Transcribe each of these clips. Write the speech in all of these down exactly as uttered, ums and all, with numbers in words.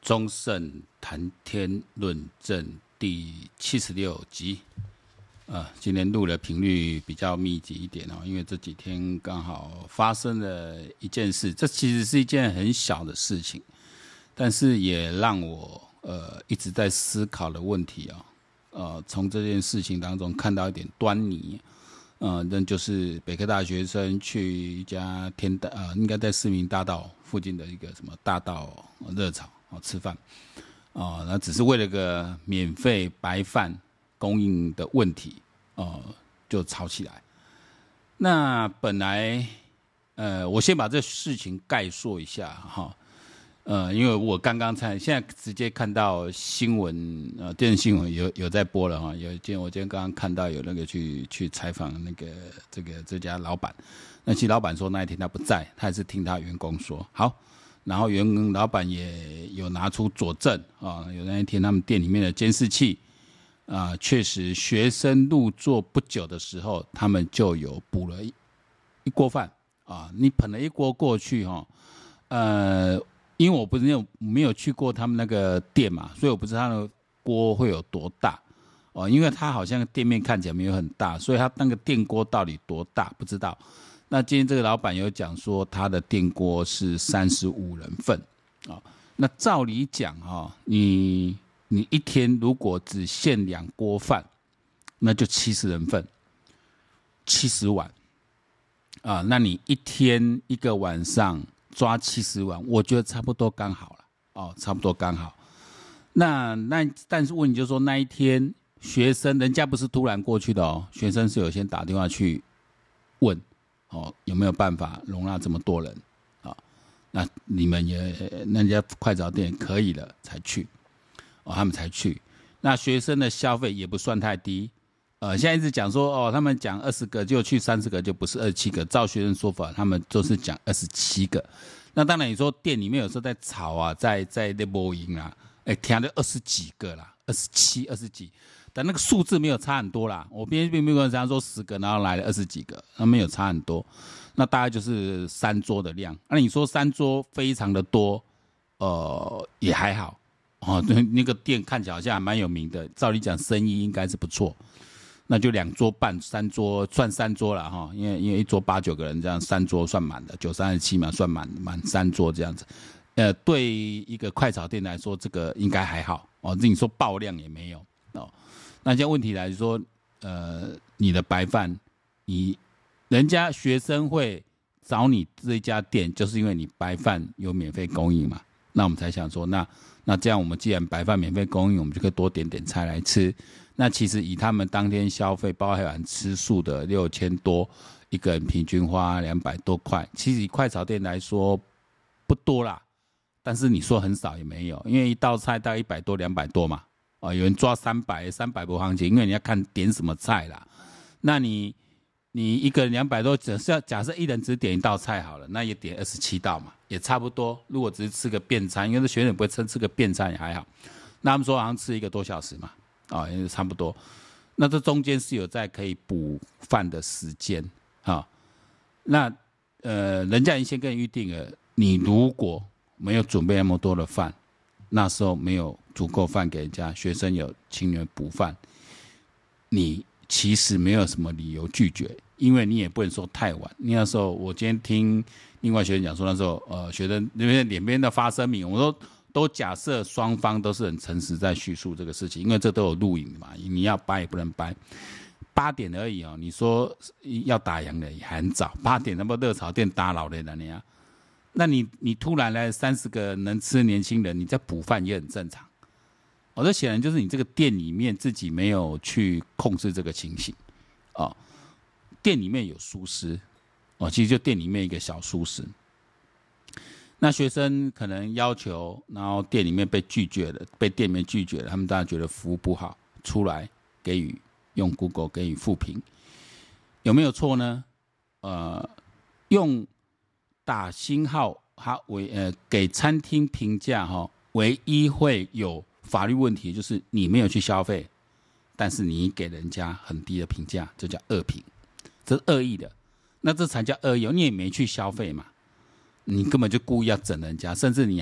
中盛谈天论证第七十六集，呃，今天录的频率比较密集一点哦，因为这几天刚好发生了一件事，这其实是一件很小的事情，但是也让我呃一直在思考的问题啊、哦，呃，从这件事情当中看到一点端倪。呃，那就是北科大学生去一家天大呃，应该在市民大道附近的一个什么大道热炒哦吃饭，哦，那只是为了个免费白饭供应的问题，哦，就吵起来。那本来，呃，我先把这事情概述一下哈。呃，因为我刚刚才现在直接看到新闻，呃，电视新闻有有在播了哈。有一件我今天刚刚看到有那个去去采访那个这个这家老板，那其实老板说那一天他不在，他还是听他员工说好，然后员工老板也有拿出佐证啊，有那一天他们店里面的监视器啊，确实学生入座不久的时候，他们就有补了一一锅饭啊，你捧了一锅过去哈，呃。因为我不是有没有去过他们那个店嘛，所以我不知道他的锅会有多大哦。因为他好像店面看起来没有很大，所以他那个电锅到底多大不知道。那今天这个老板有讲说，他的电锅是三十五人份啊、哦。那照理讲哈、哦，你你一天如果只限两锅饭，那就七十人份，七十碗啊、呃。那你一天一个晚上。抓七十碗，我觉得差不多刚好了哦，差不多刚好。那那但是问题就是说，那一天学生人家不是突然过去的哦，学生是有先打电话去问哦，有没有办法容纳这么多人啊、哦？那你们也那家快炒店可以了才去哦，他们才去。那学生的消费也不算太低。呃，现在一直讲说哦，他们讲二十个就去三十个，就不是二十七个。照学生说法，他们都是讲二十七个。那当然，你说店里面有时候在吵啊，在在在播音啊，哎，听了二十几个啦，二十七、二十几，但那个数字没有差很多啦。我边边没有人这样说十个，然后来了二十几个，那没有差很多。那大概就是三桌的量。那、啊、你说三桌非常的多，呃，也还好哦。对，那个店看起来好像还蛮有名的，照理讲生意应该是不错。那就两桌半，三桌算三桌了哈，因为因为一桌八九个人这样，三桌算满的，九三十七嘛，算满满三桌这样子。呃，对一个快炒店来说，这个应该还好哦。你说爆量也没有哦。那现在问题来说，呃，你的白饭，你人家学生会找你这家店，就是因为你白饭有免费供应嘛。那我们才想说，那那这样我们既然白饭免费供应，我们就可以多点点菜来吃。那其实以他们当天消费，包含吃素的六千多，一个人平均花两百多块。其实以快炒店来说不多啦，但是你说很少也没有，因为一道菜大概一百多、两百多嘛。哦，有人抓三百、三百不行情，因为你要看点什么菜啦。那你你一个人两百多，只是假设一人只点一道菜好了，那也点二十七道嘛，也差不多。如果只是吃个便餐，因为这学生也不会吃吃个便餐也还好。那他们说好像吃一个多小时嘛。啊、哦，也差不多。那这中间是有在可以补饭的时间啊、哦。那呃，人家已经先跟你预定了，你如果没有准备那么多的饭，那时候没有足够饭给人家，学生有请你们补饭，你其实没有什么理由拒绝，因为你也不能说太晚。那时候我今天听另外学生讲说，那时候呃，学生那边两边的发声明，我说。都假设双方都是很诚实在叙述这个事情，因为这都有录影的嘛，你要掰也不能掰。八点而已哦，你说要打烊的也很早，八点那么热炒店打扰的你啊，那你你突然来三十个能吃的年轻人，你在补饭也很正常。哦，这显然就是你这个店里面自己没有去控制这个情形哦，店里面有疏失哦，其实就店里面一个小疏失。那学生可能要求，然后店里面被拒绝了，被店里面拒绝了，他们当然觉得服务不好，出来给予用 Google 给予负评，有没有错呢？呃，用打星号，它为呃给餐厅评价哈，唯一会有法律问题就是你没有去消费，但是你给人家很低的评价，这叫恶评，这是恶意的，那这才叫恶意，你也没去消费嘛。你根本就故意要整人家，甚至你还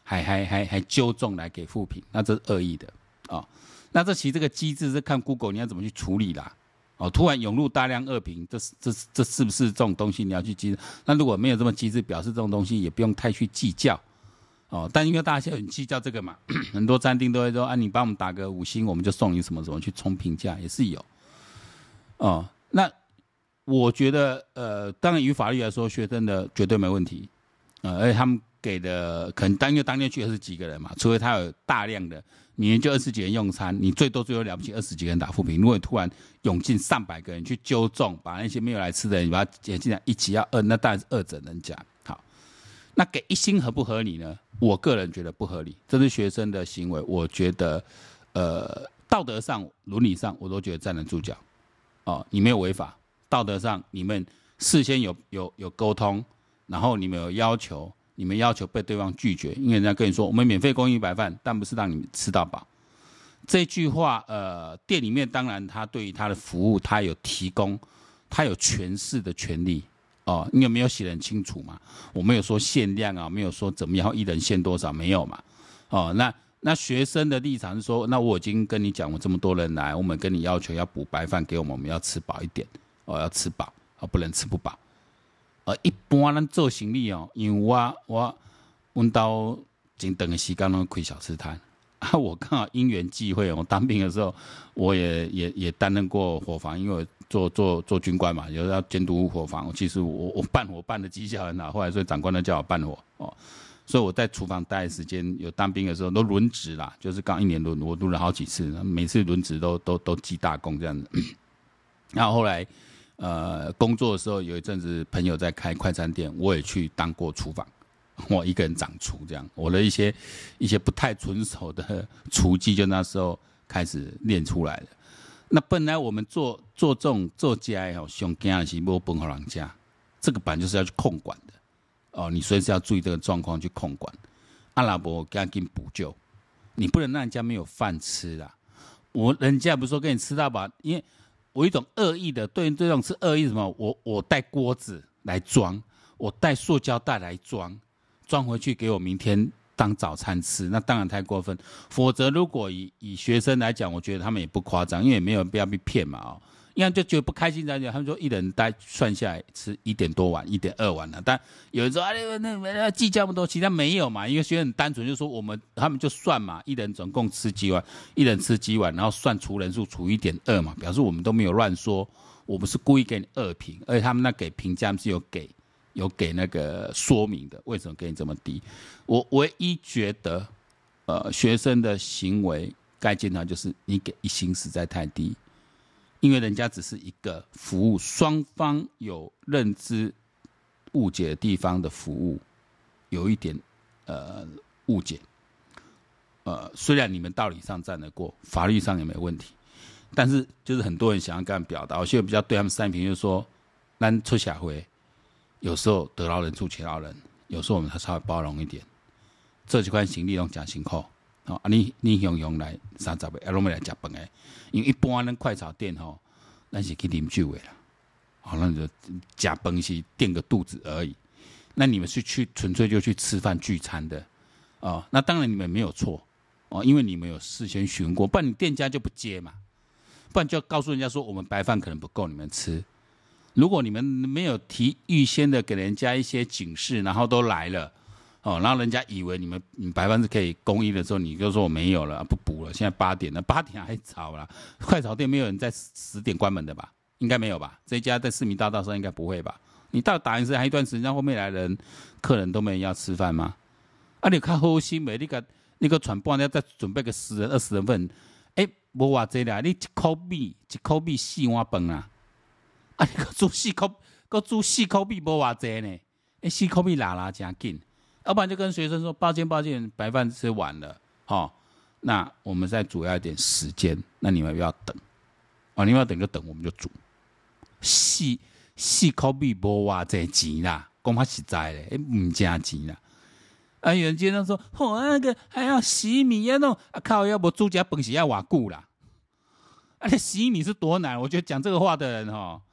还还还还纠正来给负评，那这是恶意的啊、哦。那这其实这个机制是看 Google 你要怎么去处理啦。哦，突然涌入大量恶评，这这这是不是这种东西你要去机制？那如果没有这么机制，表示这种东西也不用太去计较。哦，但因为大家现在很计较这个嘛，很多餐厅都会说啊，你帮我们打个五星，我们就送你什么什么去冲评价，也是有。哦，那我觉得呃，当然以法律来说，学生的绝对没问题，呃，而且他们给的可能当因为当天去二十几个人嘛，除非他有大量的，你就二十几人用餐，你最多最多了不起二十几个人打负评，如果你突然涌进上百个人去纠正，把那些没有来吃的人，你把它进来一起要二，那当然是二者人家。好，那给一星合不合理呢？我个人觉得不合理，这是学生的行为，我觉得呃道德上、伦理上我都觉得站得住脚。哦，你没有违法，道德上你们事先有有有沟通，然后你们有要求，你们要求被对方拒绝，因为人家跟你说我们免费供应白饭，但不是让你们吃到饱。这句话，呃，店里面当然他对于他的服务，他有提供，他有诠释的权利。哦，你有没有写得很清楚嘛？我没有说限量啊，没有说怎么样，一人限多少，没有嘛？哦，那那学生的立场是说，那我已经跟你讲，我这么多人来，我们跟你要求要补白饭给我们，我们要吃饱一点，哦，要吃饱，哦，不能吃不饱。呃，一般咱做生意哦，因为我我阮到真长的时间拢开小吃摊啊，我刚好因缘际会，我当兵的时候，我也也也担任过伙房，因为我做做做军官嘛，有时候要监督伙房。其实我我办伙办的绩效很好，后来所以长官都叫我办伙哦，所以我在厨房待的时间，有当兵的时候都轮值啦，就是刚一年轮，我轮了好几次，每次轮值都都都记大功这样子。然后后来呃工作的时候，有一阵子朋友在开快餐店，我也去当过厨房。我一个人掌厨这样，我的一些一些不太纯熟的厨技，就那时候开始练出来了。那本来我们做做这种做家哦，上惊的是没饭给人家，这个本来就是要去控管的哦，你随时要注意这个状况去控管。阿拉伯赶紧补救，你不能让人家没有饭吃啦。我人家不是说跟你吃到饱，因为我一种恶意的，对这种是恶意什么？我我带锅子来装，我带塑胶袋来装。装回去给我明天当早餐吃，那当然太过分。否则，如果以以学生来讲，我觉得他们也不夸张，因为也没有必要被骗嘛哦。因为就觉得不开心在讲，他们说一人带算下来吃一点多碗，一点二碗了。但有人说啊，那那那计较那么多，其实没有嘛，因为学生很单纯，就说我们他们就算嘛，一人总共吃几碗，一人吃几碗，然后算除人数除一点二嘛，表示我们都没有乱说，我们是故意给你二评，而且他们那给评价是有给。有给那个说明的，为什么给你这么低？我唯一觉得，呃，学生的行为该检讨就是你给一星实在太低，因为人家只是一个服务，双方有认知误解的地方的服务，有一点呃误解。呃，虽然你们道理上站得过，法律上也没问题，但是就是很多人想要这样表达，我现在比较对他们三评，就是说，咱出社会。有时候得饶人处且饶人，有时候我们稍微包容一点。这几款行李拢真辛苦，哦，啊你你用用来三十个，啊拢要来吃饭的，因为一般咱快炒店吼，咱是去啉酒的啦，好，那就吃饭是垫个肚子而已。那你们是去纯粹就去吃饭聚餐的，哦，那当然你们没有错，哦，因为你们有事先询过，不然你店家就不接嘛，不然就要告诉人家说我们白饭可能不够你们吃。如果你们没有提预先的给人家一些警示，然后都来了，哦，然后人家以为你们你白饭是可以供应的时候，你就说我没有了，不补了。现在八点了，八点还早啦。快炒店没有人在十点关门的吧？应该没有吧？这一家在市民大道上应该不会吧？你到打完时还一段时间，后面来的人客人都没人要吃饭吗？啊，你看好心没？你个你个传半要再准备个十人二十人份，哎，无偌济啦，你一口米一口米四碗饭啦。啊！你煮四口，搁煮四口米无偌济呢？哎，四口米拉拉真紧，要不然就跟学生说：抱歉，抱歉，白饭吃完了，哦，那我们再煮要一点时间，那你们不要等，哦，你们要等就等，我们就煮。四四口米无偌济钱啦，讲较实在嘞，哎，唔加钱啦。啊，有人接着说：哦，那个还要洗米啊，弄啊靠，要不煮家饭是要偌久啦？啊，洗米是多难？我觉得讲这个话的人哈。我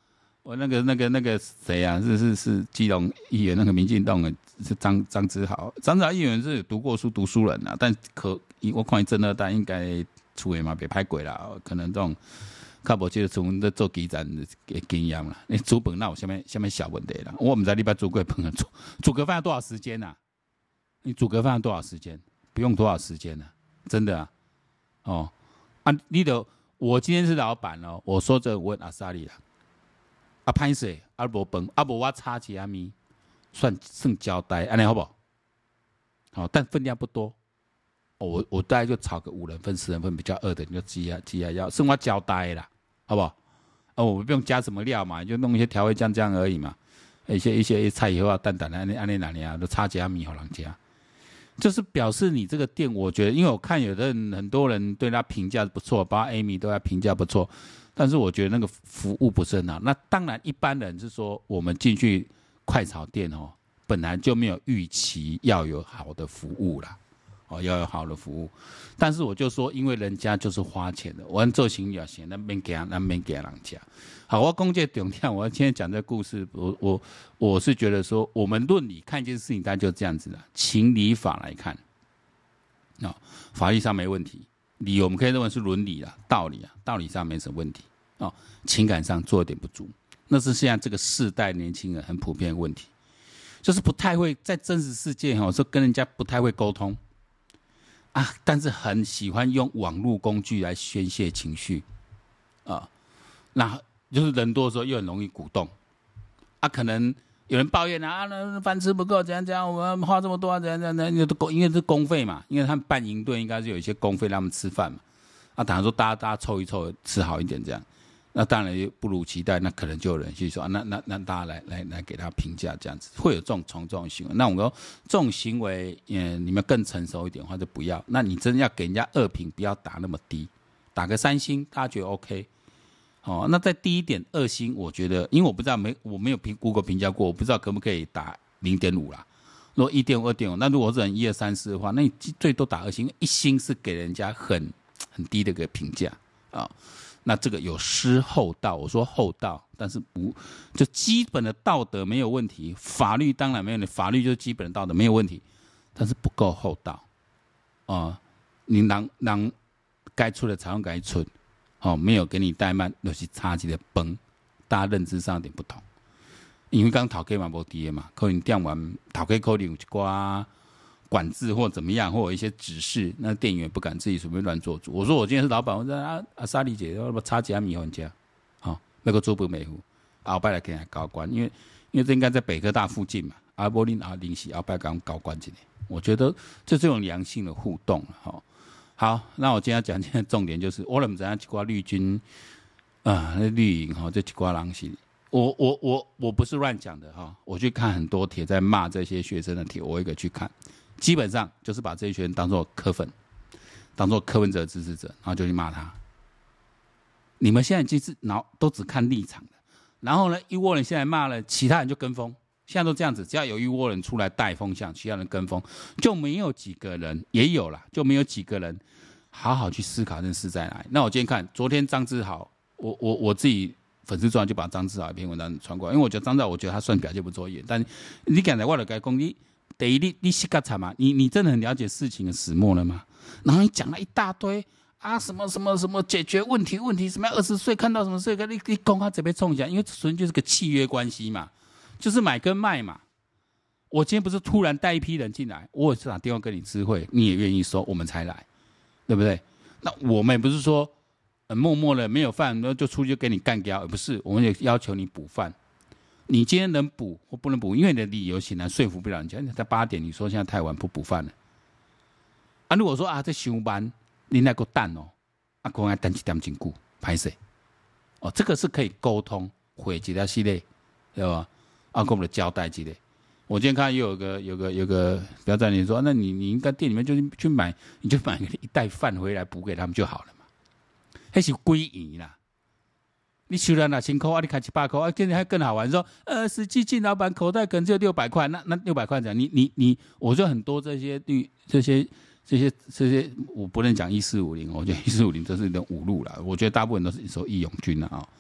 我那个那个那个谁啊，是是是基隆议员那个民进党的是张张之豪，张之豪议员是有读过书读书人啊，但可我看正二代应该厝的嘛别拍过啦，可能这种较无这个从在做基层的经验啦。你煮饭那有什么什么小问题啦？我唔知你把煮过饭啊，煮煮个饭要多少时间啊？你煮个饭要多少时间？不用多少时间啊，真的啊。哦啊，你的我今天是老板哦，我说这问阿莎莉啦。啊，歹势，啊无饭，啊无我炒一下面，算算交代，安尼好不好？好，但分量不多。哦、我我大概就炒个五人份、十人份，比较饿的你就鸡啊鸡啊要，剩我交代啦，好不好？啊，我们不用加什么料嘛，就弄一些调味酱这样而已嘛。一些一些菜以后啊，蛋蛋安尼安尼哪里啊，都炒一下米好人家。就是表示你这个店，我觉得，因为我看有的人很多人对他评价不错，包括 Amy 对他评价不错。但是我觉得那个服务不是很好。那当然，一般人是说我们进去快炒店哦，本来就没有预期要有好的服务啦，哦，要有好的服务。但是我就说，因为人家就是花钱的，我做生意要钱，那边给人，那边给人家。好，我讲这重点，我今天讲这故事，我我我是觉得说，我们论理看一件事情，大概就这样子啦。情理法来看，哦，法律上没问题。理我们可以认为是伦理啦，道理啊，道理上没什么问题哦。情感上做一点不足，那是现在这个世代年轻人很普遍的问题，就是不太会在真实世界哈，说跟人家不太会沟通啊，但是很喜欢用网络工具来宣泄情绪啊，那就是人多的时候又很容易鼓动啊，可能有人抱怨啊，那饭吃不够，怎样怎样，我们花这么多，怎样怎样，因为都因为是公费嘛，因为他们办营队应该是有一些公费让他们吃饭嘛。啊，当然说大家大家凑一凑，吃好一点这样，那当然不如期待，那可能就有人去说，啊、那那那大家来来来给他评价这样子，会有这种从这种行为。那我们说这种行为，嗯，你们更成熟一点的话就不要。那你真的要给人家二评，不要打那么低，打个三星，大家觉得 OK。哦，那再低一点二星，我觉得，因为我不知道没我没有评 Google 评价过，我不知道可不可以打零点五啦。如果一点五、二点五，那如果是一二三四的话，那你最多打二星，一星是给人家很很低的一个评价啊。那这个有失厚道，我说厚道，但是不就基本的道德没有问题，法律当然没有问题，法律就是基本的道德没有问题，但是不够厚道啊。你人人该出的才用该出。哦，没有给你怠慢，就是差一个崩，大家认知上有点不同。因为刚头家嘛无伫的嘛，可能店员头家可能有一寡管制或怎么样，或有一些指示，那店员不敢自己随便乱做主。我说我今天是老板，我说啊啊莎莉姐，要不差几下米还家，好、哦，那个做不美户，后摆来给人高官，因为因为这应该在北科大附近嘛，阿波林阿林西后摆刚高官之类，我觉得这是种良性的互动，哈、哦。好，那我今天讲今天重点就是，我们怎样一挂绿军啊，那绿营哈，这几挂狼是，我我我我不是乱讲的哈，我去看很多帖在骂这些学生的帖，我一个去看，基本上就是把这些学生当作柯粉，当作柯文哲支持者，然后就去骂他。你们现在就是脑都只看立场的，然后呢，一窝人现在骂了，其他人就跟风。现在都这样子，只要有一窝人出来带风向，其他人跟风，就没有几个人也有啦，就没有几个人好好去思考这件事在哪里。那我今天看，昨天张志豪，我我我自己粉丝专就把张志豪一篇文章传过来，因为我觉得张志豪，我觉得他算表现不错一点，但你刚才我了该讲，你第一你你是干啥嘛？你你真的很了解事情的始末了吗？然后你讲了一大堆啊，什么什么什么解决问题问题，什么二十岁看到什么事，你你讲他这边冲一下，因为纯就是个契约关系嘛。就是买跟卖嘛，我今天不是突然带一批人进来，我也是打电话跟你知会，你也愿意收，我们才来，对不对？那我们也不是说、呃、默默的没有饭，然后就出去给你干掉，而不是，我们也要求你补饭。你今天能补或不能补，因为你的理由显然说服不了人家。在八点，你说现在太晚不补饭了，啊，如果说啊这上班你那个蛋哦，啊，讲要等一点真久，拍谁？哦，这个是可以沟通，回几条系列，对吧？啊，跟我们的交代之类。我今天看又有个有个有个表仔你说，那你你应该店里面就去买，你就买一袋饭回来补给他们就好了嘛。那是归赢啦。你收了那千块啊，你开七八块啊，今天还更好玩。说呃，实际进老板口袋可能只有六百块，那那六百块讲，你你你，我觉得很多这些绿这些这些这些，我不能讲一四五零，我觉得一四五零这是一种侮辱啦。我觉得大部分都是说义勇军啦啊。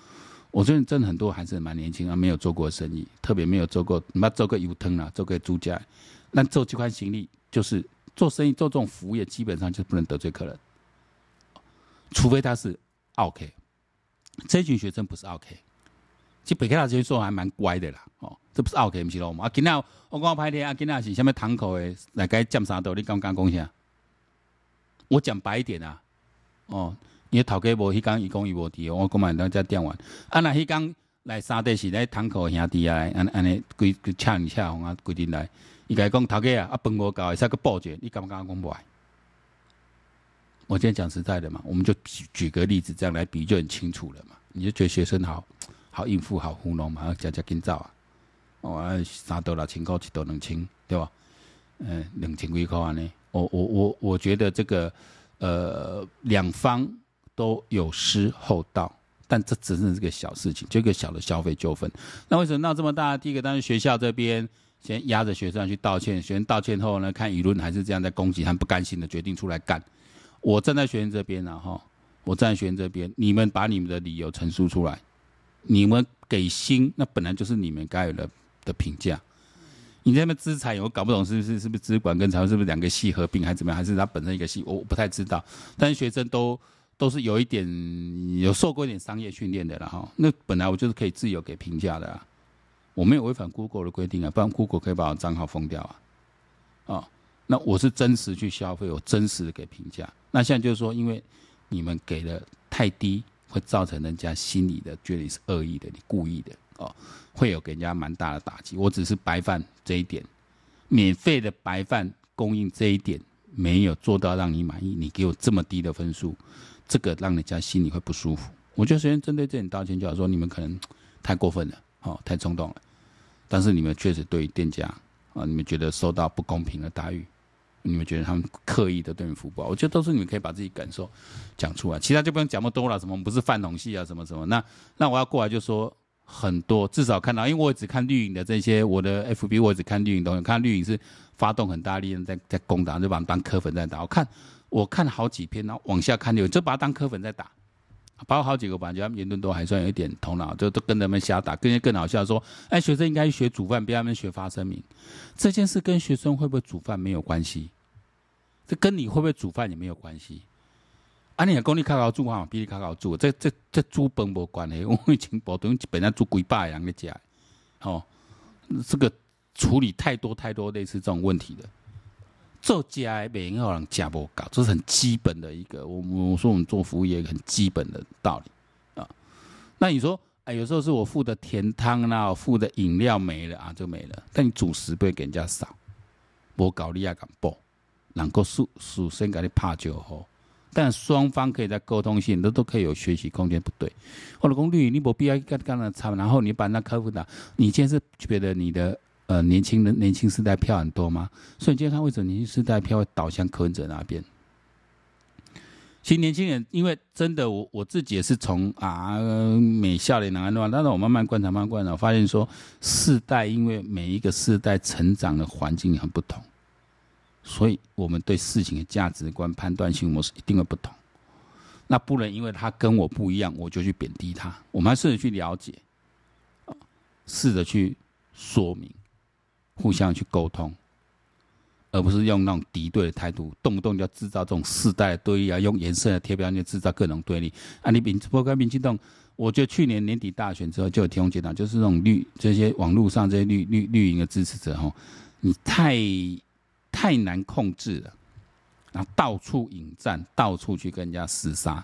我觉得真的很多还是蛮年轻啊，没有做过生意，特别没有做过，没做过油汤啦，做过猪家。那做这块行李就是做生意，做这种服务业，基本上就不能得罪客人，除非他是 OK。这群学生不是 OK， 其实北科大这些做还蛮乖的啦，哦，这不是 OK， 不是咯嘛？啊，今仔我讲歹听啊，今仔是什么堂口的来该占啥道？你刚刚讲啥？我讲白一点啊，哦，因为头家无迄天伊讲伊无伫，我讲嘛当只电话。啊，那迄天来三地是来堂口兄弟啊，安安尼规规恰你恰红啊，规定来，伊甲伊讲头家啊，啊饭无够，会使个报警，你敢不敢讲不爱？我今天讲实在的嘛，我们就举举个例子，这样来比就很清楚了嘛。你就觉得学生好好应付、好糊弄嘛，加加紧走啊！哦，三刀六千块，一刀两千，对吧？嗯，两千几块安尼。我我我我觉得这个呃两方都有失厚道，但这只是这个小事情，就一个小的消费纠纷。那为什么闹这么大？第一个当然学校这边先压着学生去道歉，学生道歉后呢，看舆论还是这样在攻击，他不甘心的决定出来干。我站在学生这边啊，哈，我站在学生这边，你们把你们的理由陈述出来，你们给薪，那本来就是你们该有的的评价。你在那边资产，我搞不懂是不是是不是资管跟财务是不是两个系合并还是怎么样，还是它本身一个系，我不太知道。但是学生都都是有一点有受过一点商业训练的啦，哈。那本来我就是可以自由给评价的啊，我没有违反 Google 的规定啊，不然 Google 可以把我账号封掉啊，哦。那我是真实去消费，我真实的给评价。那现在就是说，因为你们给的太低，会造成人家心里的觉得你是恶意的，你故意的哦，会有给人家蛮大的打击。我只是白饭这一点，免费的白饭供应这一点没有做到让你满意，你给我这么低的分数，这个让人家心里会不舒服。我就首先针对这点道歉，就好说你们可能太过分了，哦，太冲动了。但是你们确实对于店家啊，你们觉得受到不公平的待遇。你们觉得他们刻意的对你服不好，我觉得都是你们可以把自己感受讲出来，其他就不用讲那么多了。什么我们不是饭桶系啊，什么什么。那那我要过来就说很多，至少看到，因为我只看绿营的这些，我的 F B 我只看绿营东西，看绿营是发动很大力在在攻打，就把他们当柯粉在打。我看我看好几篇，然后往下看留言，就把他当柯粉在打。包括好几个吧，觉得他们言论都还算有一点头脑，就都跟他们瞎打。更更好笑说，哎，学生应该学煮饭，不要他们学发声明。这件事跟学生会不会煮饭没有关系，这跟你会不会煮饭也没有关系。啊，你讲讲你较好煮哈，比你较好煮，这这这煮饭无关系。我以前部队本来煮几百个人在吃，哦，这个处理太多太多类似这种问题的。做家的每个人吃不够，这是很基本的一个。我我说我们做服务业很基本的道理啊。那你说，哎，有时候是我付的甜汤啦，我付的饮料没了啊，就没了。但你主食不会给人家少，无搞你也敢报，能够首首先给你拍就好。但双方可以在沟通性都都可以有学习空间，不对。或者讲绿，你没必要跟跟他吵，然后你把那客户打，你今天是觉得你的。呃，年轻人、年轻世代票很多吗？所以你今天看为什么年轻世代票会导向柯文哲那边？其实年轻人，因为真的我我自己也是从啊美笑脸男的话，但是我慢慢观察、慢慢观察，我发现说世代因为每一个世代成长的环境很不同，所以我们对事情的价值观、判断性模式一定会不同。那不能因为他跟我不一样，我就去贬低他。我们还试着去了解，试着去说明。互相去沟通，而不是用那种敌对的态度，动不动就要制造这种世代的对立啊，用颜色的贴标签制造各种对立啊。你民包括民进党，我觉得去年年底大选之后就有提供检讨，就是那种绿这些网络上这些绿绿绿营的支持者吼，你太太难控制了，然后到处引战，到处去跟人家厮杀，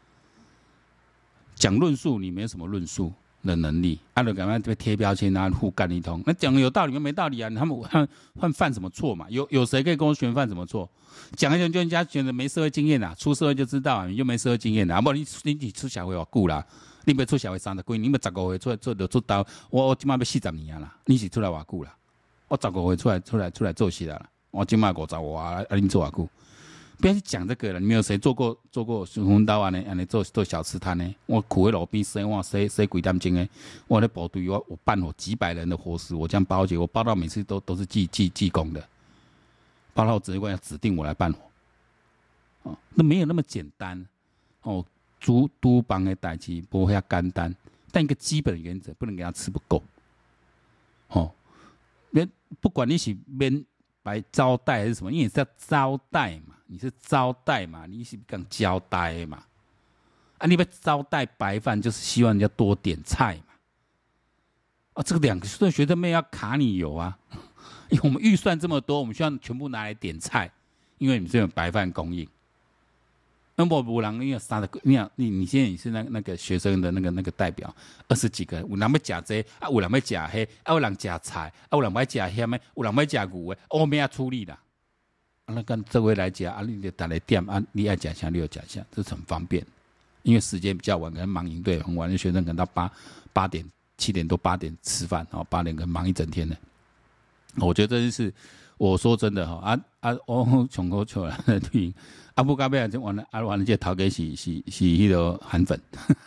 讲论述你没有什么论述的能力，啊，就干嘛被贴标签啊，互干一通？那讲有道理没道理啊？他们犯犯犯什么错嘛？有有谁可以跟我选犯什么错？讲一讲就人家觉得没社会经验啊，出社会就知道啊，你就没社会经验啊。不，你你你出社会偌久啦？你别出社会三十几年，你别十五岁出来做就做到，我我今麦要四十年啦。你是出来偌久啦？我十五岁出来出来出来做事啦。我今麦五十五啊，啊你做偌久？不要去讲这个了，你们有谁做过做过红刀啊？呢，安尼做做小吃摊呢？我苦在路边洗碗洗洗几点钟呢？我在部队，我我办伙几百人的伙食，我这样包结，我包到每次都都是记记记功的，包到指挥官要指定我来办伙，哦，那没有那么简单哦。主督帮的代志无遐简单， 但一个基本的原则，不能给他吃不够。哦，免不管你是免白招待还是什么，因为你是要招待嘛，你是招待嘛，你是讲交代嘛。啊，你要招待白饭，就是希望人家多点菜嘛。啊，这个两个学生妹要卡你油啊，因为我们预算这么多，我们需要全部拿来点菜，因为你们是有白饭供应。那么有人因为三十，你你你现在你是那那个学生的那个那个代表，二十几个，有人要吃这啊，有人要吃黑，啊，有人吃菜，啊，有人要吃咸的，有人要吃牛的，我们要处理啦。啊，那跟这位来讲啊，你就打来点啊，你爱吃啥你就吃啥，这是很方便。因为时间比较晚，可能忙营队很晚的学生可能到八八点、七点多、八点吃饭，然后八点可能忙一整天的。我觉得这就是我说真的哈啊啊，我穷口臭了对。阿布加贝尔就完了，啊完了，这头家是是是迄个韩粉，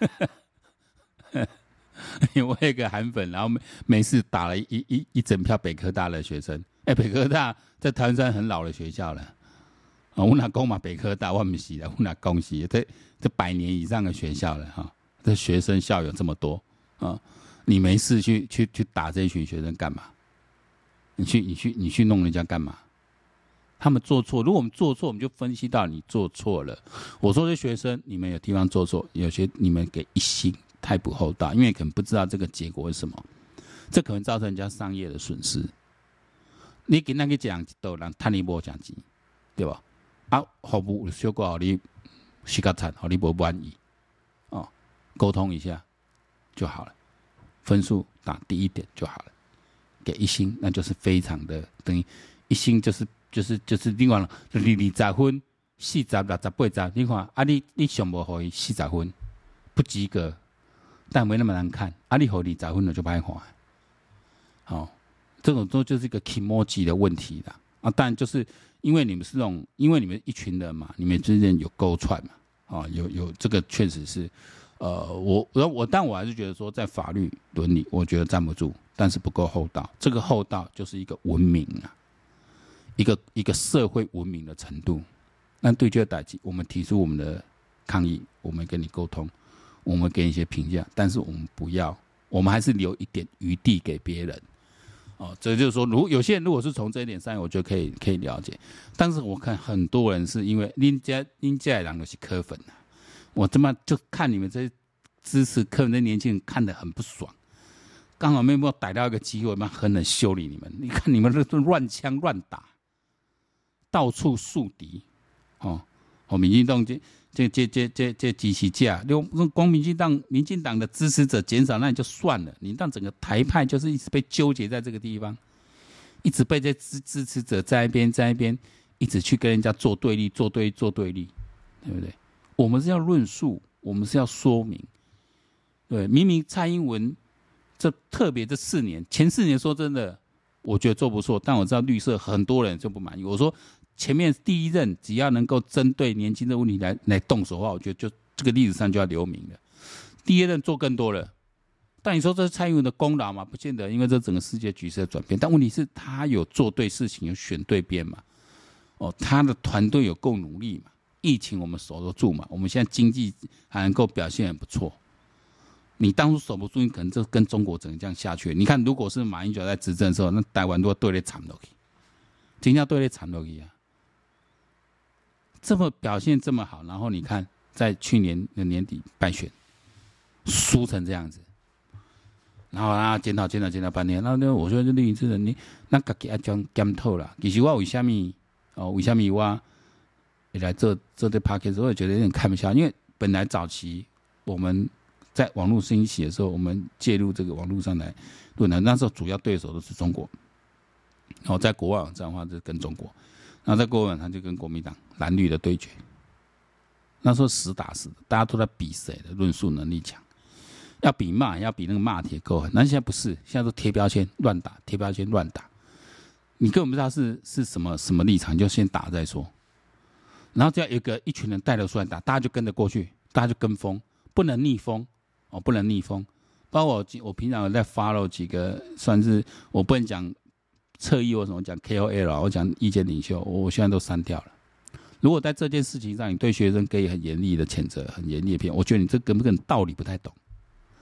因为我有一个韩粉，然后没没事打了一一一整票北科大的学生。哎、欸，北科大在台湾山很老的学校了，啊，我哪讲嘛北科大，我不是的，我哪讲是这这百年以上的学校了哈，这学生校友这么多啊，你没事去去去打这群学生干嘛？你去你去你去弄人家干嘛？他们做错，如果我们做错，我们就分析到你做错了。我说这学生，你们有地方做错，有些你们给一星太不厚道，因为可能不知道这个结果是什么，这可能造成人家商业的损失。你跟他去讲，都人赚你无奖金，对吧？啊，服务小过好你洗个惨，好你不满意，哦，沟通一下就好了，分数打低一点就好了，给一星那就是非常的等于一星就是。就是就是你看，二二十分、四十、六十、八十，你看啊你，你你上无给伊四十分，不及格，但没那么难看。啊，你给二十分了就歹看。好、哦，这种都就是一个 kimoji 的问题啦。啊，当然就是因为你们是那种，因为你们一群人嘛，你们之间有勾串嘛，啊，有有这个确实是，呃，我我我，但我还是觉得说，在法律伦理，我觉得站不住，但是不够厚道。这个厚道就是一个文明啊。一个一个社会文明的程度，那对这个代志，我们提出我们的抗议，我们跟你沟通，我们给你一些评价，但是我们不要，我们还是留一点余地给别人。哦，这就是说，如有些人如果是从这一点上，我觉得可以可以了解。但是我看很多人是因为恁家恁家的人都是科粉啊，我他妈就看你们这些支持科粉的年轻人看得很不爽。刚好没有逮到一个机会，妈狠狠修理你们。你看你们这乱枪乱打。到处树敌，哦，哦，民进党这这这这这这支持者，你光民进党民进党的支持者减少，那也就算了，你让整个台派就是一直被纠结在这个地方，一直被这支支持者在一边在一边，一直去跟人家做对立，做对做对立，对不对？我们是要论述，我们是要说明，对，明明蔡英文这特别这四年，前四年说真的，我觉得做不错，但我知道绿色很多人就不满意，我说。前面第一任只要能够针对年轻的问题来来动手的话，我觉得就这个历史上就要留名了。第二任做更多了，但你说这是蔡英文的功劳吗？不见得，因为这整个世界局势的转变。但问题是，他有做对事情，有选对边嘛？哦，他的团队有够努力嘛？疫情我们守得住嘛？我们现在经济还能够表现很不错。你当初守不住，你可能就跟中国整个这样下去。你看，如果是马英九在执政的时候，那台湾都要对咧惨落去，真正对咧惨落去啊！这么表现这么好，然后你看，在去年的年底败选，输成这样子，然后啊检讨检讨检讨半天，然后我说这绿营之人，你那自己要讲检讨啦。其实我为什么哦？为什么我来做做这 podcast， 我也觉得有点看不下，因为本来早期我们在网络兴起的时候，我们介入这个网络上来论坛，那时候主要对手都是中国，然后在国外网站的话就是跟中国。然后在国外他就跟国民党蓝绿的对决，那时候实打实的，大家都在比谁的论述能力强，要比骂，要比那个骂铁够狠。那现在不是，现在都贴标签乱打，贴标签乱打，你根本不知道是是什么什么立场，就先打再说。然后只要有一个一群人带头出来打，大家就跟着过去，大家就跟风，不能逆风哦，不能逆风。包括我我平常有在 follow 几个，算是我不能讲。侧翼或什么讲 K O L， 我讲意见领袖，我现在都删掉了。如果在这件事情上，你对学生给予很严厉的谴责、很严厉的批评，我觉得你这根本根本道理不太懂。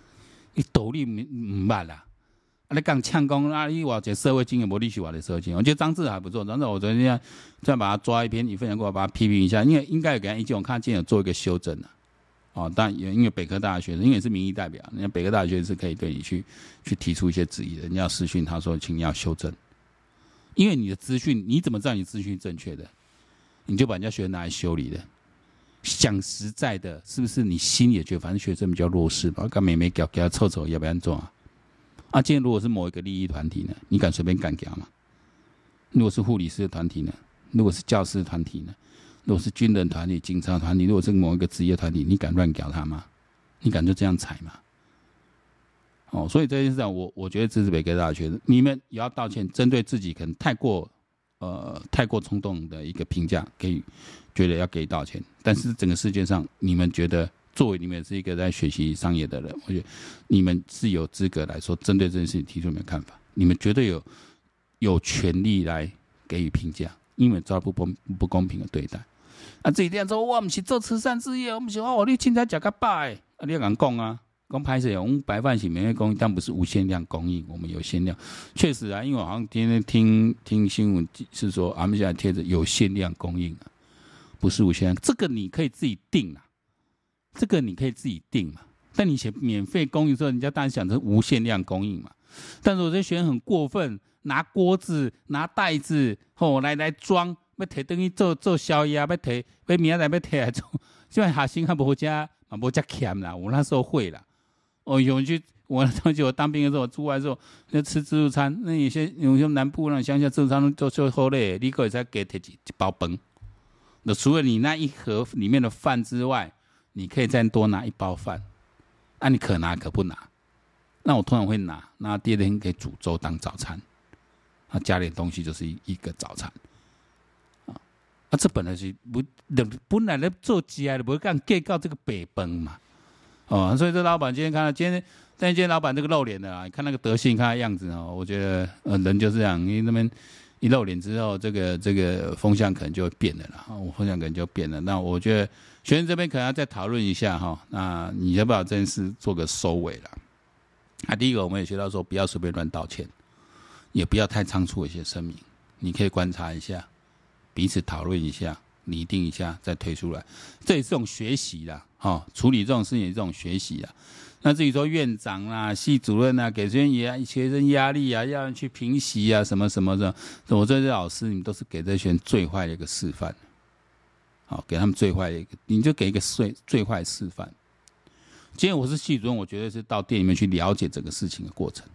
你道理唔唔捌啦。啊，你讲呛讲啊，你话这社会经验，无你是话的社会经验。我觉得张志还不错，张志我昨天再把他抓一篇，你分享过来，把他批评一下，因为应该有给他意见，我看今天有做一个修正啊。哦，但也因为北科大的学生，因为是民意代表，人家北科大的学生是可以对你去去提出一些质疑的。人家私讯他说，请你要修正，因为你的资讯，你怎么知道你资讯正确的？你就把人家学生拿来修理的。讲实在的，是不是你心里也觉得，反正学生比较弱势嘛，跟妹妹搞给他凑凑，要不然做啊？啊，今天如果是某一个利益团体呢，你敢随便干掉吗？如果是护理师的团体呢？如果是教师的团体呢？如果是军人团体、警察团体，如果是某一个职业团体，你敢乱搞他吗？你敢就这样踩吗？哦，所以这件事上，我我觉得这是北科大学生，你们也要道歉，针对自己可能太过呃太过冲动的一个评价，给予觉得要给予道歉。但是整个世界上，你们觉得？作为你们是一个在学习商业的人，我觉得你们是有资格来说，针对这件事情提出你们的看法，你们绝对有有权利来给予评价，因为遭到不公不公平的对待。啊，这一点说，我不是做慈善事业，我不是哦，你凊彩吃个饱的，啊，你要敢讲啊，讲拍摄，我们白饭是免费供应，但不是无限量供应，我们有限量。确实啊，因为我好像今天听听新闻是说，我们现在贴着有限量供应啊，不是无限量，这个你可以自己定啊。这个你可以自己定嘛，但你写免费供应的时候，人家当然想成无限量供应嘛。但是我这学生很过分，拿锅子、拿袋子，吼、哦、来来装，要提等于做做宵夜，要提，要明仔载要提来做。现在学生还无加，嘛无加欠啦。我那时候会啦，哦，有去我同学我当兵的时候，我出来的时候，那吃自助餐，那有些有些南部那种乡下自助餐都就好嘞，你可以再给提一一包饭。那除了你那一盒里面的饭之外，你可以再多拿一包饭，啊，你可拿可不拿。那我通常会拿，那第二天可以煮粥当早餐，啊，加点东西就是一个早餐，啊，啊，这本来是不本来咧做鸡啊，不会干计到这个白饭嘛，哦，所以这老板今天看到今天，但今天老板这个露脸的啊，看那个德性，看他样子哦，我觉得呃人就这样，因为那边。一露脸之后，这个这个风向可能就会变了啦，我风向可能就变了。那我觉得学生这边可能要再讨论一下哈，那你要不要这件事做个收尾啦？啊，第一个我们也学到说，不要随便乱道歉，也不要太仓促的一些声明，你可以观察一下，彼此讨论一下，拟定一下，再推出来，这也是种学习啦，哈，处理这种事情也是这种学习啦。那至于说院长啊、系主任啊，给学生学生压力啊，要去评习啊，什么什么的，我这些老师，你们都是给这些学生最坏的一个示范。好，给他们最坏的一个，你就给一个最最坏示范。今天我是系主任，我绝对是到店里面去了解整个事情的过程，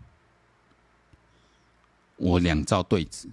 我两照对质。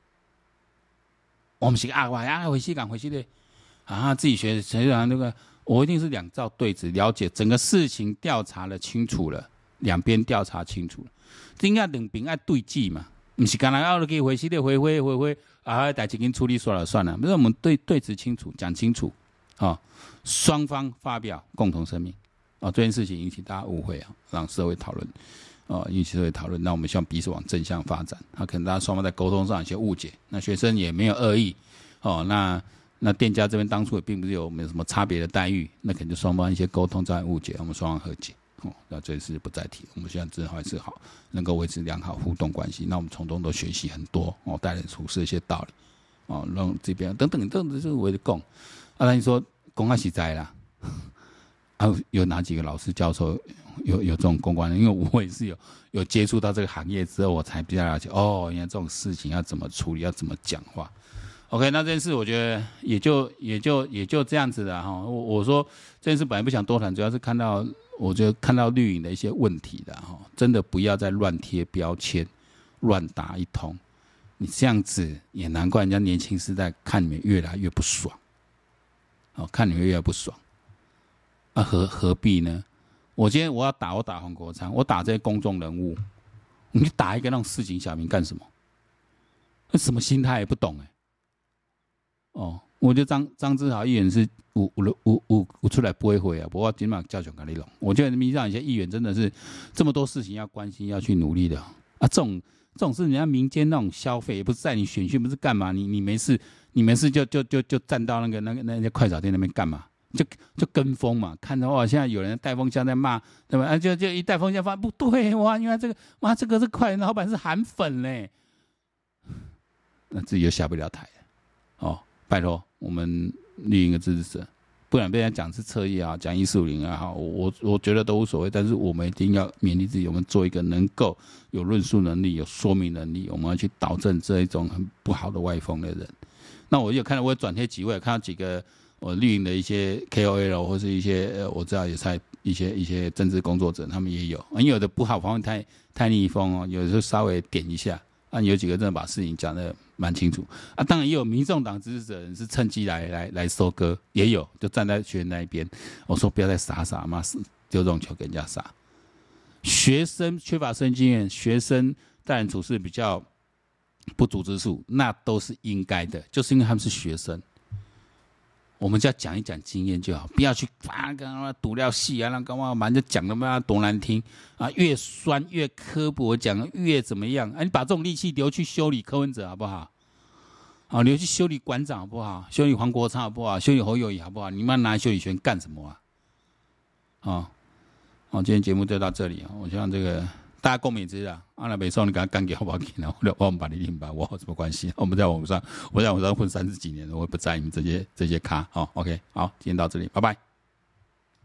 我们是啊，我啊回去赶回去的啊，自己学学长那个。我一定是两照对质，了解整个事情调查了清楚了，两边调查清楚了，应该两边要对质嘛，不是刚才要给回去的回回回回啊，代志已经处理算了算了，不是我们对对质清楚，讲清楚，啊，双方发表共同声明，啊，这件事情引起大家误会啊，让社会讨论，啊，引起社会讨论，那我们希望彼此往正向发展，啊，可能大家双方在沟通上有些误解，那学生也没有恶意，哦，那。那店家这边当初也并不是有没有什么差别的待遇，那可能就双方一些沟通在误解，我们双方和解。哦，那这事不再提，我们希望之后还是好，能够维持良好互动关系。那我们从中都学习很多哦，待人处事一些道理哦，让这边等等等等，这是为了供。啊，那你说公啊实在啦，啊有哪几个老师教授有有这种公关的？因为我也是有有接触到这个行业之后，我才比较了解哦，原来这种事情要怎么处理，要怎么讲话。OK， 那这件事我觉得也就也就也就这样子的哈。我我说这件事本来不想多谈，主要是看到我觉得看到绿营的一些问题的哈，真的不要再乱贴标签、乱打一通。你这样子也难怪人家年轻世代看你们越来越不爽，哦，看你们越来越不爽。啊何何必呢？我今天我要打我打黄国昌，我打这些公众人物，你打一个那种市井小民干什么？那什么心态也不懂哎、欸。哦，我觉得张张志豪议员是有有有有有出来驳回啊，不过今晚叫熊跟你弄。我觉得民进党有些议员真的是这么多事情要关心、要去努力的啊。这种这种是人家民间那种消费，也不是在你选区，不是干嘛？你你没事，你没事就就就就站到那个那个那些快炒店那边干嘛？ 就就跟风嘛，看到哇，现在有人带风向在骂，对吧？啊，就就一带风向发不对哇，原来这个哇，这个是快人老板是韩粉嘞，那自己又下不了台了哦。拜托，我们绿营的支持者，不然被人家讲是侧翼啊，讲一四五零啊，好，我我觉得都无所谓，但是我们一定要勉励自己，我们做一个能够有论述能力、有说明能力，我们要去导正这一种很不好的歪风的人。那我有看到，我有转贴几位，看到几个。我绿营的一些 K O L 或是一些呃，我知道也在一些一些政治工作者，他们也有，因为有的不好方面太太逆风哦，有的时候稍微点一下，啊，有几个真的把事情讲得蛮清楚啊。当然也有民众党支持者人是趁机来来来收割，也有就站在学生那一边，我说不要再傻傻嘛，丢这种球给人家傻。学生缺乏生经验，学生待人处事比较不足之处，那都是应该的，就是因为他们是学生。我们就要讲一讲经验就好，不要去啊，跟他妈毒料戏啊，让干嘛蛮就讲他妈多难听啊，越酸越刻薄讲，越怎么样啊？你把这种力气留去修理柯文哲好不好？好，留去修理馆长好不好？修理黄国昌好不好？修理侯友宜好不好？你妈拿修理权干什么啊？啊，好，今天节目就到这里啊，我希望这个大家共勉之啊。啊，那北宋你给他干给好不好？然后我们把你领吧，我有什么关系？我们在网上，我在网上混三十几年了，我也不在你们这些这些咖。好 ，OK， 好，今天到这里，拜拜。